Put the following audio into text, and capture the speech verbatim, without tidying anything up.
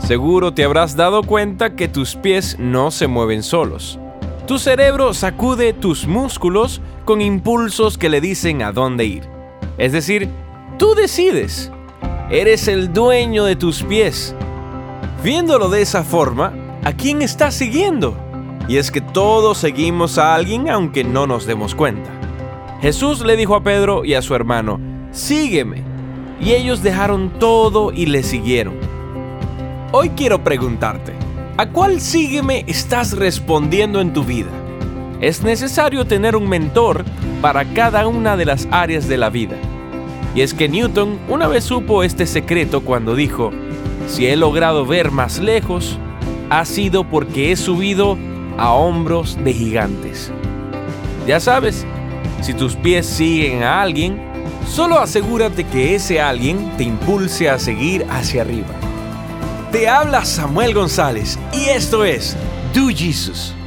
Seguro te habrás dado cuenta que tus pies no se mueven solos. Tu cerebro sacude tus músculos con impulsos que le dicen a dónde ir. Es decir, tú decides. Eres el dueño de tus pies. Viéndolo de esa forma, ¿a quién estás siguiendo? Y es que todos seguimos a alguien aunque no nos demos cuenta. Jesús le dijo a Pedro y a su hermano, sígueme. Y ellos dejaron todo y le siguieron. Hoy quiero preguntarte, ¿a cuál sígueme estás respondiendo en tu vida? Es necesario tener un mentor para cada una de las áreas de la vida. Y es que Newton una vez supo este secreto cuando dijo, si he logrado ver más lejos, ha sido porque he subido a hombros de gigantes. Ya sabes, si tus pies siguen a alguien, solo asegúrate que ese alguien te impulse a seguir hacia arriba. Te habla Samuel González y esto es Do Jesus.